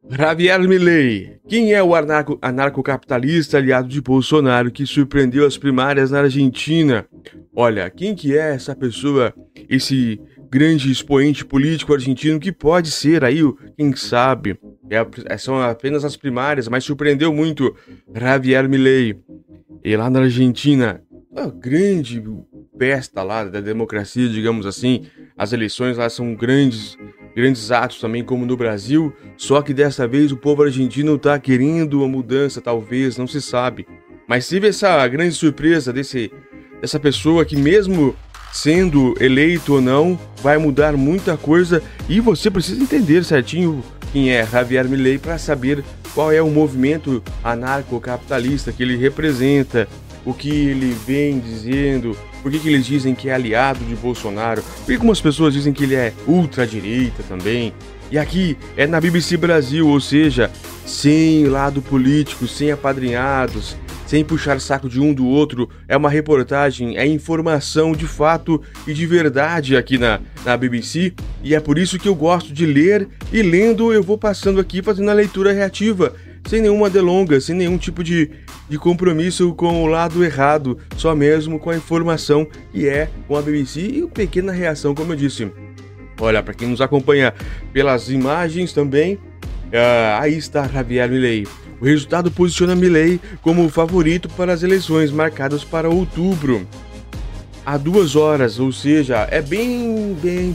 Javier Milei, quem é o anarcocapitalista aliado de Bolsonaro que surpreendeu as primárias na Argentina? Olha, quem que é essa pessoa, esse grande expoente político argentino que pode ser aí, quem sabe, são apenas as primárias, mas surpreendeu muito Javier Milei. E lá na Argentina, a grande festa lá da democracia, digamos assim, as eleições lá são grandes atos também, como no Brasil, só que dessa vez o povo argentino tá querendo uma mudança, talvez, não se sabe. Mas teve essa grande surpresa dessa pessoa que, mesmo sendo eleito ou não, vai mudar muita coisa, e você precisa entender certinho quem é Javier Milei para saber qual é o movimento anarcocapitalista que ele representa, o que ele vem dizendo, por que eles dizem que é aliado de Bolsonaro, por que algumas pessoas dizem que ele é ultradireita também. E aqui é na BBC Brasil, ou seja, sem lado político, sem apadrinhados, sem puxar saco de um do outro, é uma reportagem, é informação de fato e de verdade aqui na BBC, e é por isso que eu gosto de ler, e lendo eu vou passando aqui fazendo a leitura reativa, sem nenhuma delonga, sem nenhum tipo de compromisso com o lado errado, só mesmo com a informação que é com a BBC e uma pequena reação, como eu disse. Olha, para quem nos acompanha pelas imagens também, aí está Javier Milei. O resultado posiciona Milei como o favorito para as eleições marcadas para outubro. Há 2 horas, ou seja, é bem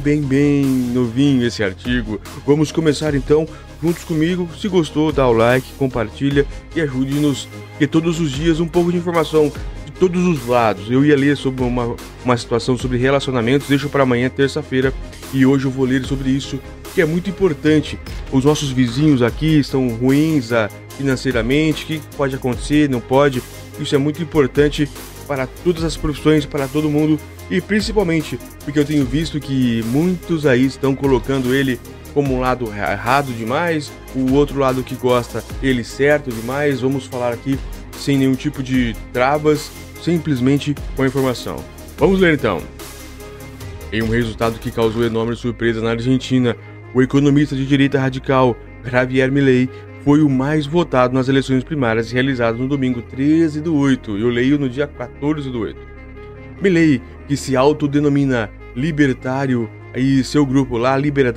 novinho esse artigo. Vamos começar então juntos comigo. Se gostou, dá o like, compartilha e ajude-nos, que todos os dias um pouco de informação de todos os lados. Eu ia ler sobre uma situação sobre relacionamentos, deixo para amanhã, terça-feira, e hoje eu vou ler sobre isso, que é muito importante. Os nossos vizinhos aqui estão ruins financeiramente, o que pode acontecer, não pode. Isso é muito importante para todas as profissões, para todo mundo, e principalmente porque eu tenho visto que muitos aí estão colocando ele como um lado errado demais, o outro lado que gosta ele certo demais. Vamos falar aqui sem nenhum tipo de travas, simplesmente com a informação. Vamos ler então. Em um resultado que causou enorme surpresa na Argentina, o economista de direita radical Javier Milei foi o mais votado nas eleições primárias realizadas no domingo 13/8. Eu leio no dia 14/8. Milei, que se autodenomina libertário, e seu grupo lá,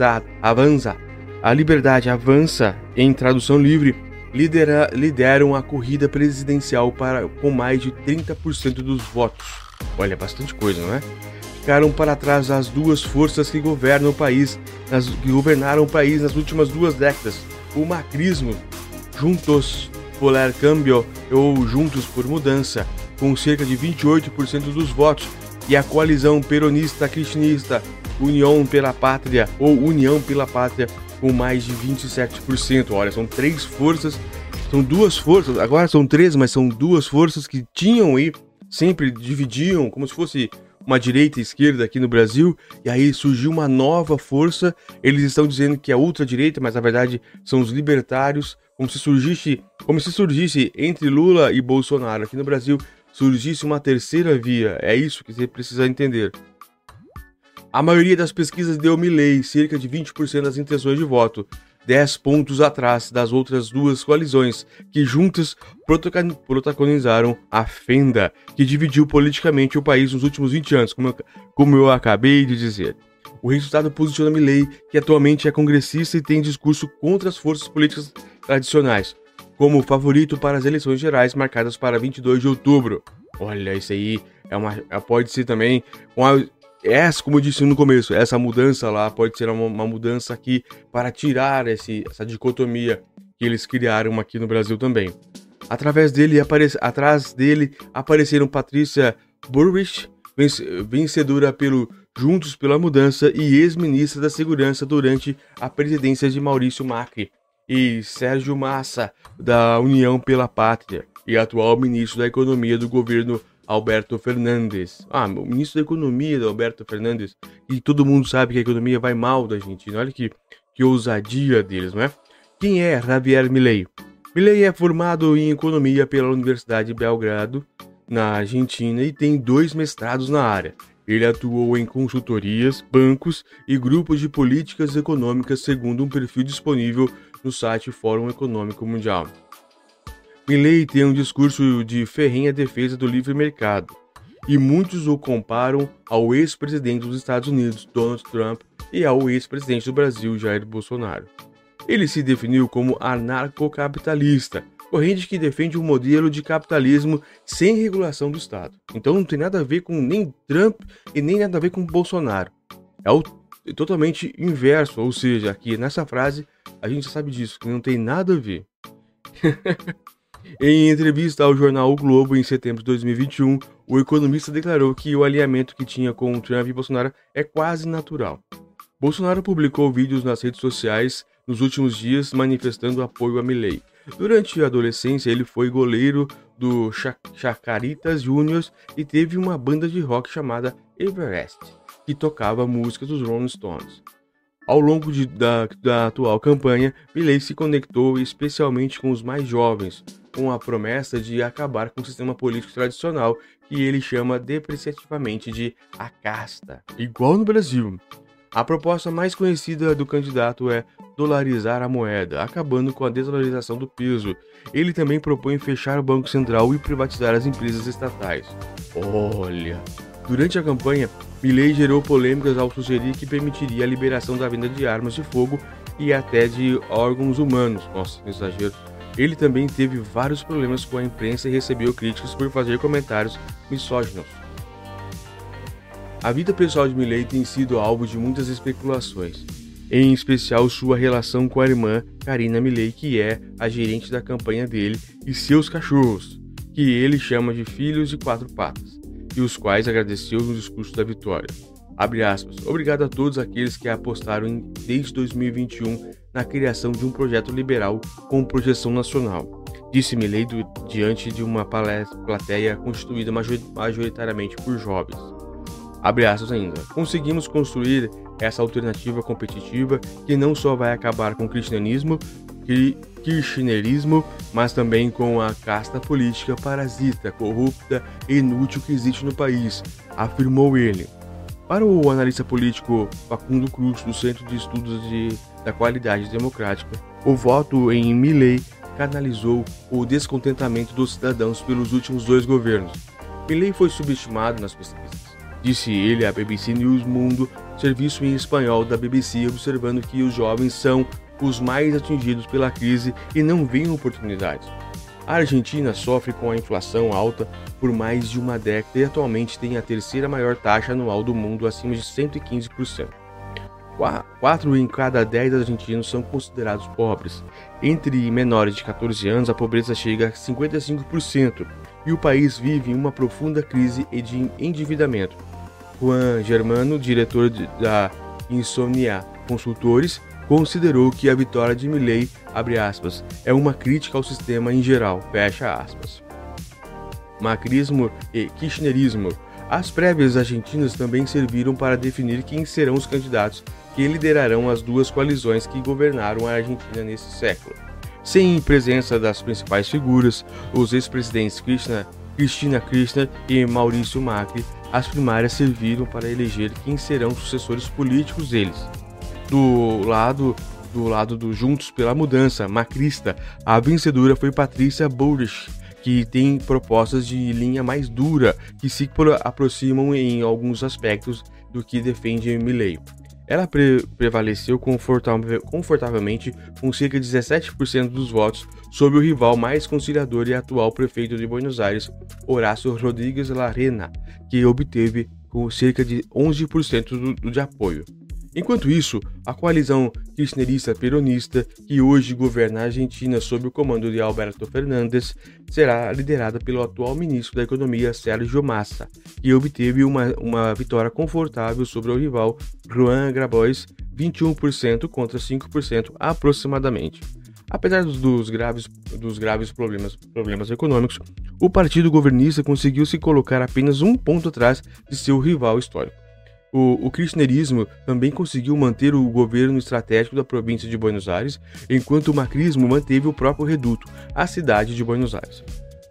a Liberdade Avança, em tradução livre, lideram a corrida presidencial com mais de 30% dos votos. Olha, bastante coisa, não é? Ficaram para trás as duas forças que governaram o país nas últimas 2 décadas. O macrismo, Juntos por el Cambio ou Juntos por Mudança, com cerca de 28% dos votos, e a coalizão peronista-cristinista, União pela Pátria, com mais de 27%. Olha, são 3 forças, são 2 forças, agora são 3, mas são 2 forças que tinham aí, sempre dividiam, como se fosse uma direita e esquerda aqui no Brasil, e aí surgiu uma nova força. Eles estão dizendo que é ultradireita, mas na verdade são os libertários, como se surgisse entre Lula e Bolsonaro aqui no Brasil, surgisse uma terceira via. É isso que você precisa entender. A maioria das pesquisas deu Milei cerca de 20% das intenções de voto, 10 pontos atrás das outras 2 coalizões, que juntas protagonizaram a fenda que dividiu politicamente o país nos últimos 20 anos, como eu acabei de dizer. O resultado posiciona Milei, que atualmente é congressista e tem discurso contra as forças políticas tradicionais, como favorito para as eleições gerais marcadas para 22 de outubro. Olha, isso aí pode ser também como eu disse no começo, essa mudança lá pode ser uma mudança aqui para tirar essa dicotomia que eles criaram aqui no Brasil também. Atrás dele apareceram Patrícia Bullrich, vencedora pelo Juntos pela Mudança e ex-ministra da Segurança durante a presidência de Maurício Macri, e Sérgio Massa, da União pela Pátria, e atual ministro da Economia do governo Alberto Fernandes. O ministro da Economia do Alberto Fernandes, e todo mundo sabe que a economia vai mal da Argentina. Olha que ousadia deles, não é? Quem é Javier Milei? Milei é formado em Economia pela Universidade de Belgrado, na Argentina, e tem 2 mestrados na área. Ele atuou em consultorias, bancos e grupos de políticas econômicas, segundo um perfil disponível no site Fórum Econômico Mundial. Milei tem um discurso de ferrenha defesa do livre mercado, e muitos o comparam ao ex-presidente dos Estados Unidos, Donald Trump, e ao ex-presidente do Brasil, Jair Bolsonaro. Ele se definiu como anarcocapitalista, corrente que defende um modelo de capitalismo sem regulação do Estado. Então não tem nada a ver com nem Trump e nem nada a ver com Bolsonaro. É totalmente inverso, ou seja, aqui nessa frase a gente já sabe disso, que não tem nada a ver. Em entrevista ao jornal O Globo em setembro de 2021, o economista declarou que o alinhamento que tinha com Trump e Bolsonaro é quase natural. Bolsonaro publicou vídeos nas redes sociais nos últimos dias manifestando apoio a Milei. Durante a adolescência, ele foi goleiro do Chacaritas Juniors e teve uma banda de rock chamada Everest, que tocava músicas dos Rolling Stones. Ao longo da atual campanha, Milei se conectou especialmente com os mais jovens, com a promessa de acabar com o sistema político tradicional que ele chama depreciativamente de a casta, igual no Brasil. A proposta mais conhecida do candidato é dolarizar a moeda, acabando com a desvalorização do peso. Ele também propõe fechar o Banco Central e privatizar as empresas estatais. Olha! Durante a campanha, Milei gerou polêmicas ao sugerir que permitiria a liberação da venda de armas de fogo e até de órgãos humanos. Nossa, exagero. Ele também teve vários problemas com a imprensa e recebeu críticas por fazer comentários misóginos. A vida pessoal de Milei tem sido alvo de muitas especulações, em especial sua relação com a irmã Karina Milei, que é a gerente da campanha dele, e seus cachorros, que ele chama de filhos de quatro patas, e os quais agradeceu no discurso da vitória. Abre aspas, obrigado a todos aqueles que apostaram desde 2021 na criação de um projeto liberal com projeção nacional, disse Milei diante de uma plateia constituída majoritariamente por jovens. Abre aspas ainda, conseguimos construir essa alternativa competitiva que não só vai acabar com o kirchnerismo, mas também com a casta política parasita, corrupta e inútil que existe no país, afirmou ele. Para o analista político Facundo Cruz, do Centro de Estudos da Qualidade Democrática, o voto em Milei canalizou o descontentamento dos cidadãos pelos últimos dois governos. Milei foi subestimado nas pesquisas, disse ele à BBC News Mundo, serviço em espanhol da BBC, observando que os jovens são os mais atingidos pela crise e não veem oportunidades. A Argentina sofre com a inflação alta por mais de uma década e atualmente tem a terceira maior taxa anual do mundo, acima de 115%. 4 em cada 10 argentinos são considerados pobres. Entre menores de 14 anos, a pobreza chega a 55% e o país vive uma profunda crise de endividamento. Juan Germano, diretor da Insomnia Consultores, considerou que a vitória de Milei, abre aspas, é uma crítica ao sistema em geral, fecha aspas. Macrismo e kirchnerismo. As prévias argentinas também serviram para definir quem serão os candidatos que liderarão as duas coalizões que governaram a Argentina nesse século. Sem presença das principais figuras, os ex-presidentes Cristina Kirchner e Maurício Macri, as primárias serviram para eleger quem serão os sucessores políticos deles. Do lado do Juntos pela Mudança macrista, a vencedora foi Patrícia Bullrich, que tem propostas de linha mais dura que se aproximam em alguns aspectos do que defende Milei. Ela prevaleceu confortavelmente com cerca de 17% dos votos sobre o rival mais conciliador e atual prefeito de Buenos Aires, Horácio Rodrigues Larrena, que obteve com cerca de 11% de apoio. Enquanto isso, a coalizão kirchnerista-peronista, que hoje governa a Argentina sob o comando de Alberto Fernandes, será liderada pelo atual ministro da Economia, Sérgio Massa, que obteve uma vitória confortável sobre o rival Juan Grabois, 21% contra 5% aproximadamente. Apesar dos graves problemas econômicos, o partido governista conseguiu se colocar apenas um ponto atrás de seu rival histórico. O kirchnerismo também conseguiu manter o governo estratégico da província de Buenos Aires, enquanto o macrismo manteve o próprio reduto, a cidade de Buenos Aires.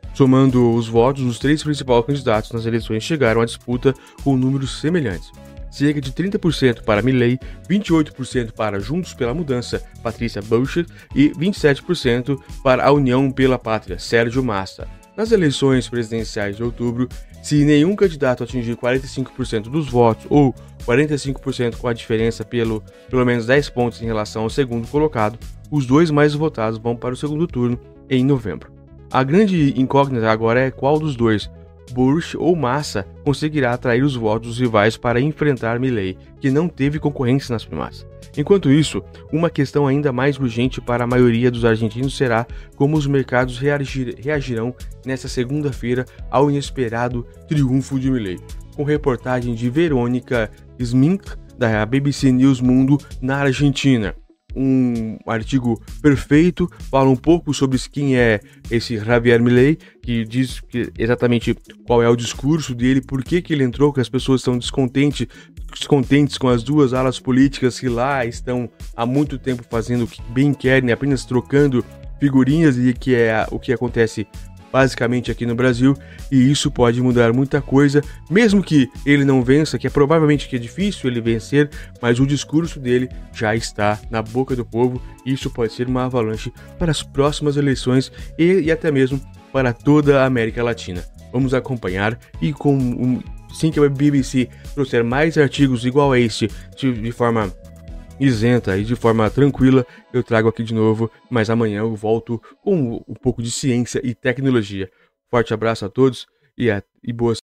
Somando os votos, os três principais candidatos nas eleições chegaram à disputa com números semelhantes. cerca de 30% para Milei, 28% para Juntos pela Mudança, Patrícia Bullrich, e 27% para a União pela Pátria, Sérgio Massa. Nas eleições presidenciais de outubro, se nenhum candidato atingir 45% dos votos ou 45% com a diferença pelo menos 10 pontos em relação ao segundo colocado, os dois mais votados vão para o segundo turno em novembro. A grande incógnita agora é qual dos dois, Bullrich ou Massa, conseguirá atrair os votos dos rivais para enfrentar Milei, que não teve concorrência nas primárias. Enquanto isso, uma questão ainda mais urgente para a maioria dos argentinos será como os mercados reagirão nesta segunda-feira ao inesperado triunfo de Milei. Com reportagem de Verônica Smink, da BBC News Mundo, na Argentina. Um artigo perfeito, fala um pouco sobre quem é esse Javier Milei, que diz exatamente qual é o discurso dele, por que ele entrou, que as pessoas estão descontentes com as duas alas políticas que lá estão há muito tempo fazendo o que bem querem, apenas trocando figurinhas, e que é o que acontece basicamente aqui no Brasil, e isso pode mudar muita coisa, mesmo que ele não vença, que é provavelmente que é difícil ele vencer, mas o discurso dele já está na boca do povo, e isso pode ser uma avalanche para as próximas eleições e até mesmo para toda a América Latina. Vamos acompanhar, e assim que a BBC trouxer mais artigos igual a este, de forma isenta e de forma tranquila, eu trago aqui de novo, mas amanhã eu volto com um pouco de ciência e tecnologia. Forte abraço a todos e boas